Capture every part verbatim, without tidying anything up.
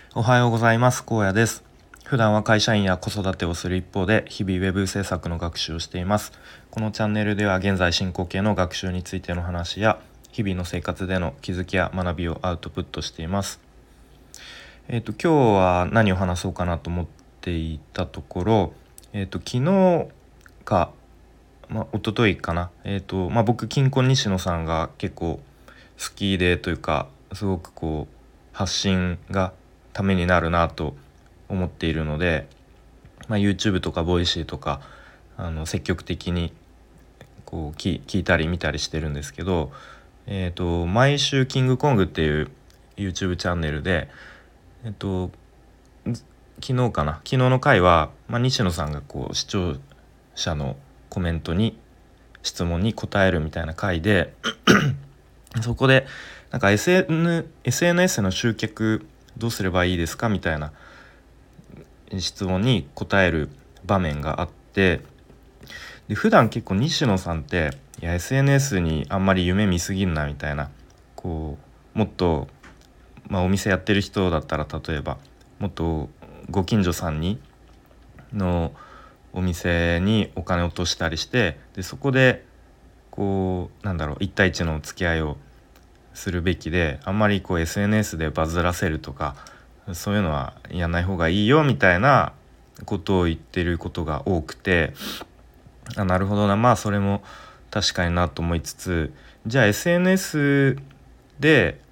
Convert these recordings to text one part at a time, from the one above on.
おはようございます。高野です。普段は会社員や子育てをする一方で日々ウェブ制作の学習をしています。このチャンネルでは現在進行形の学習についての話や日々の生活での気づきや学びをアウトプットしています。えっ、と今日は何を話そうかなと思っていたところ、えっ、と昨日か、まあ、一昨日かな、えっ、とまあ僕金婚西野さんが結構好きでというかすごくこう発信がためになるなと思っているので、まあ、YouTube とか Voicy とかあの積極的にこう聞聞いたり見たりしてるんですけど、えーと、毎週キングコングっていう YouTube チャンネルで、えっと、昨日かな昨日の回は、まあ、西野さんがこう視聴者のコメントに質問に答えるみたいな回でそこでなんか エスエヌ エスエヌエス の集客どうすればいいですかみたいな質問に答える場面があって、で普段結構西野さんっていや エスエヌエス にあんまり夢見すぎんなみたいな、こうもっと、まあ、お店やってる人だったら例えばもっとご近所さんにのお店にお金を落としたりして、でそこでこうなんだろういち対いちの付き合いをするべきで、あんまりこう エスエヌエス でバズらせるとかそういうのはやんない方がいいよみたいなことを言ってることが多くて、あなるほどな、まあそれも確かになと思いつつ、じゃあ エスエヌエス で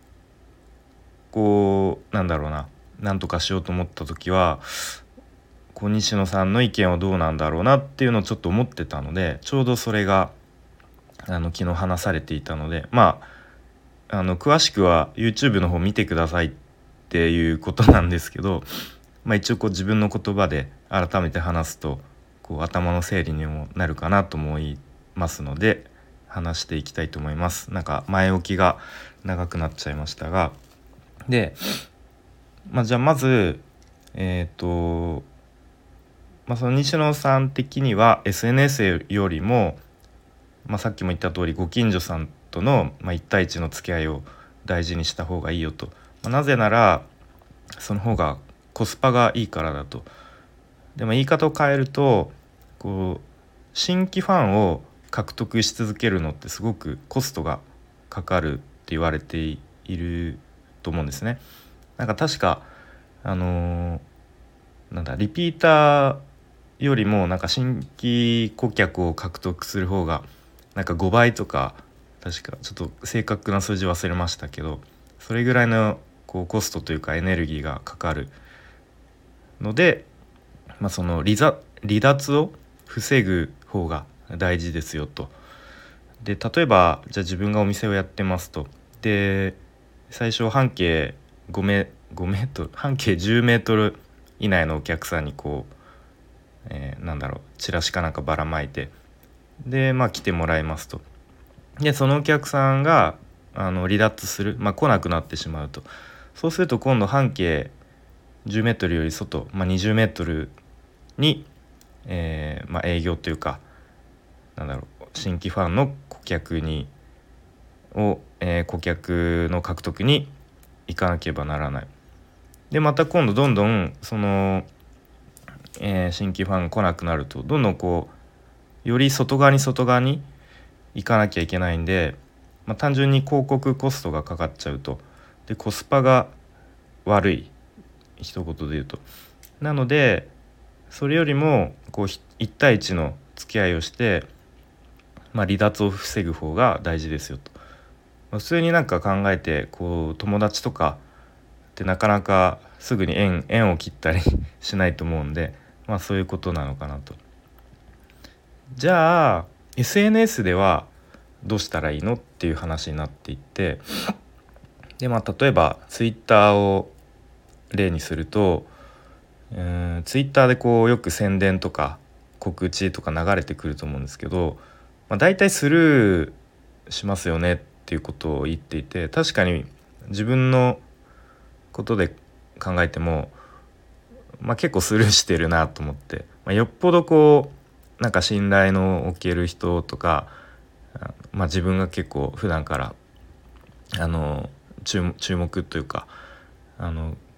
こうなんだろうななんとかしようと思った時はこう西野さんの意見はどうなんだろうなっていうのをちょっと思ってたので、ちょうどそれがあの昨日話されていたので、まああの詳しくは YouTube の方見てくださいっていうことなんですけど、まあ、一応こう自分の言葉で改めて話すとこう頭の整理にもなるかなと思いますので話していきたいと思います。なんか前置きが長くなっちゃいましたが、で、まあ、じゃあまずえっ、と、まあ、その西野さん的には エスエヌエス よりも、まあ、さっきも言った通りご近所さんとの、まあ、いち対いちの付き合いを大事にした方がいいよと、まあ、なぜならその方がコスパがいいからだと。でも言い方を変えるとこう新規ファンを獲得し続けるのってすごくコストがかかるって言われていると思うんですね。なんか確かあのーなんだリピーターよりもなんか新規顧客を獲得する方がなんかごばいとか、確かちょっと正確な数字忘れましたけど、それぐらいのこうコストというかエネルギーがかかるので、まあ、その離脱離脱を防ぐ方が大事ですよと。で例えばじゃあ自分がお店をやってますと。で最初半径5メ、ごメートル半径じゅうメートル以内のお客さんにこう、えーなんだろうチラシかなんかばらまいて、でまあ来てもらいますと。でそのお客さんがあの離脱する、まあ、来なくなってしまうと。そうすると今度半径じゅうメートルより外、まあ、にじゅうメートルに、えーまあ、営業というかなんだろう新規ファンの顧客にを、えー顧客の獲得に行かなければならない。でまた今度どんどんその、えー新規ファンが来なくなるとどんどんこうより外側に外側に行かなきゃいけないんで、まあ、単純に広告コストがかかっちゃうと。でコスパが悪い、一言で言うと。なのでそれよりもこういち対いちの付き合いをして、まあ、離脱を防ぐ方が大事ですよと。まあ普通になんか考えてこう友達とかってなかなかすぐに縁縁を切ったりしないと思うんで、まあそういうことなのかなと。じゃあ エスエヌエス ではどうしたらいいのっていう話になっていって、でまあ例えば Twitter を例にすると、うん、Twitter でこうよく宣伝とか告知とか流れてくると思うんですけど、まあ、大体スルーしますよねっていうことを言っていて、確かに自分のことで考えても、まあ、結構スルーしてるなと思って、まあ、よっぽどこうなんか信頼のおける人とか、まあ、自分が結構普段からあの注注目というかあの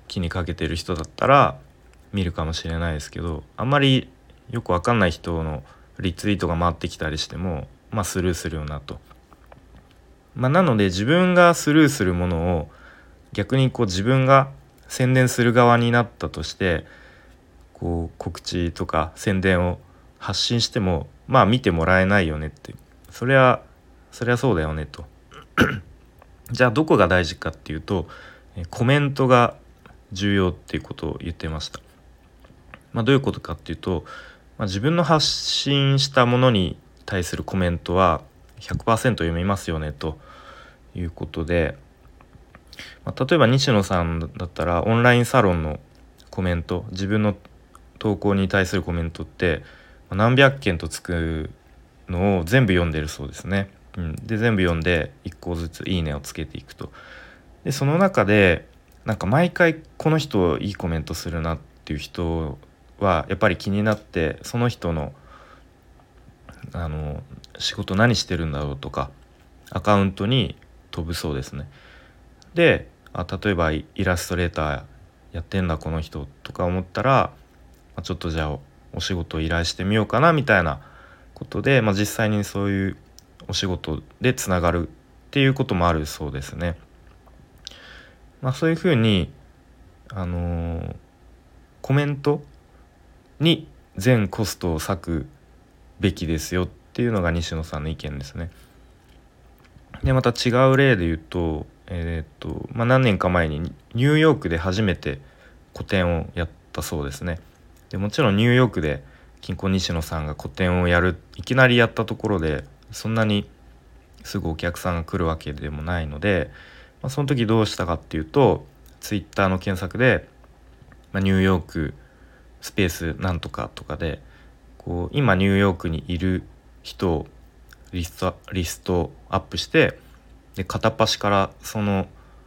気にかけてる人だったら見るかもしれないですけど、あんまりよくわかんない人のリツイートが回ってきたりしても、まあスルーするよなと。まあ、なので自分がスルーするものを逆にこう自分が宣伝する側になったとして、こう告知とか宣伝を発信してもまあ見てもらえないよねって、それはそれはそうだよねと。じゃあどこが大事かっていうと、コメントが重要っていうことを言ってました。まあ、どういうことかっていうと、まあ、自分の発信したものに対するコメントは ひゃくパーセント 読みますよねということで、まあ、例えば西野さんだったらオンラインサロンのコメント、自分の投稿に対するコメントって何百件とつくのを全部読んでるそうですね。うん、で全部読んでいっこずついいねをつけていくと。でその中でなんか毎回この人いいコメントするなっていう人はやっぱり気になって、その人のあの仕事何してるんだろうとかアカウントに飛ぶそうですね。であ例えばイラストレーターやってんだこの人とか思ったら、まあ、ちょっとじゃあお仕事を依頼してみようかなみたいなことで、まあ、実際にそういうお仕事でつながるっていうこともあるそうですね。まあ、そういうふうに、あのーコメントに全コストを割くべきですよっていうのが西野さんの意見ですね。でまた違う例で言うと、えーっとまあ、何年か前にニューヨークで初めて個展をやったそうですね。でもちろんニューヨークで金庫西野さんが個展をやるいきなりやったところでそんなにすぐお客さんが来るわけでもないので、まあ、その時どうしたかっていうとツイッターの検索で、まあ、ニューヨークスペースなんとかとかでこう今ニューヨークにいる人をリスト、リストアップして、で片っ端からその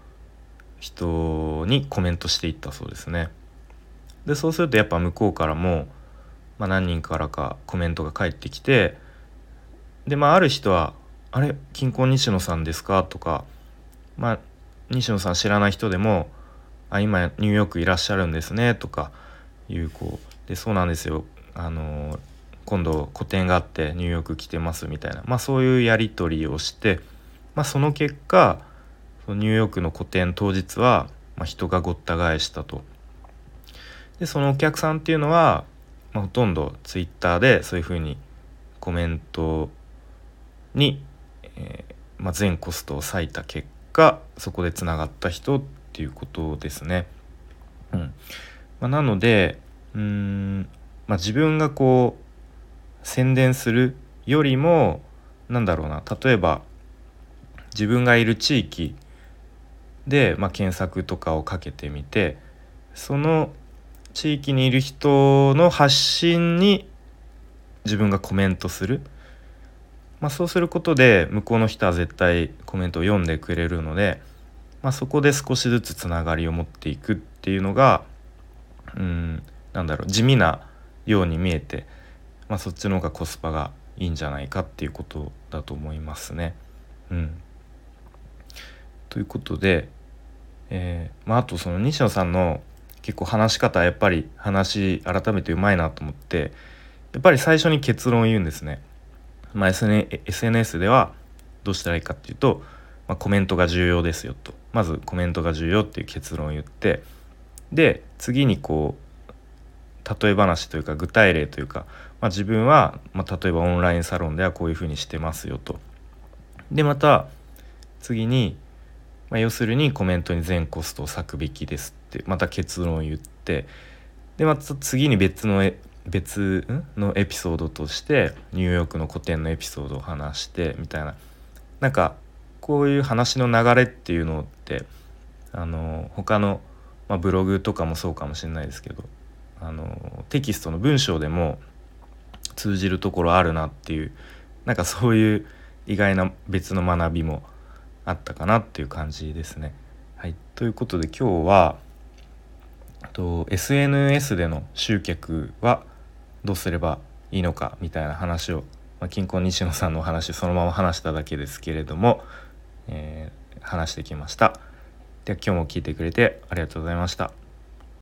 人にコメントしていったそうですね。でそうするとやっぱ向こうからも、まあ、何人からかコメントが返ってきて、でまあある人はあれ金婚西野さんですかとか、まあ西野さん知らない人でもあ今ニューヨークいらっしゃるんですねとかいうこうでそうなんですよ、あの今度個展があってニューヨーク来てますみたいな、まあそういうやり取りをして、まあ、その結果そのニューヨークの個展当日は、まあ、人がごった返したと。でそのお客さんっていうのは、まあ、ほとんどツイッターでそういうふうにコメントに、えーまあ、全コストを割いた結果そこでつながった人っていうことですね。うんまあ、なのでうーん、まあ、自分がこう宣伝するよりもなんだろうな、例えば自分がいる地域で、まあ、検索とかをかけてみてその地域にいる人の発信に自分がコメントする、まあ、そうすることで向こうの人は絶対コメントを読んでくれるので、まあ、そこで少しずつつながりを持っていくっていうのがうーんなんだろう地味なように見えて、まあ、そっちの方がコスパがいいんじゃないかっていうことだと思いますね。うん、ということで、えーまあ、あとその西野さんの結構話し方やっぱり話改めてうまいなと思って、やっぱり最初に結論を言うんですね。まあ、エスエヌエス ではどうしたらいいかっていうと、まあ、コメントが重要ですよと、まずコメントが重要っていう結論を言って、で次にこう例え話というか具体例というか、まあ、自分は、まあ、例えばオンラインサロンではこういうふうにしてますよと。でまた次に、まあ、要するにコメントに全コストを割くべきですってまた結論を言って、でまた次に別のえ別のエピソードとしてニューヨークの個展のエピソードを話してみたいな、なんかこういう話の流れっていうのってあの他の、まあ、ブログとかもそうかもしれないですけど、あのテキストの文章でも通じるところあるなっていう、なんかそういう意外な別の学びもあったかなっていう感じですね。はい、ということで今日はと エスエヌエス での集客はどうすればいいのかみたいな話を、まあ、金婚西野さんのお話そのまま話しただけですけれども、えー話してきました。では今日も聞いてくれてありがとうございました。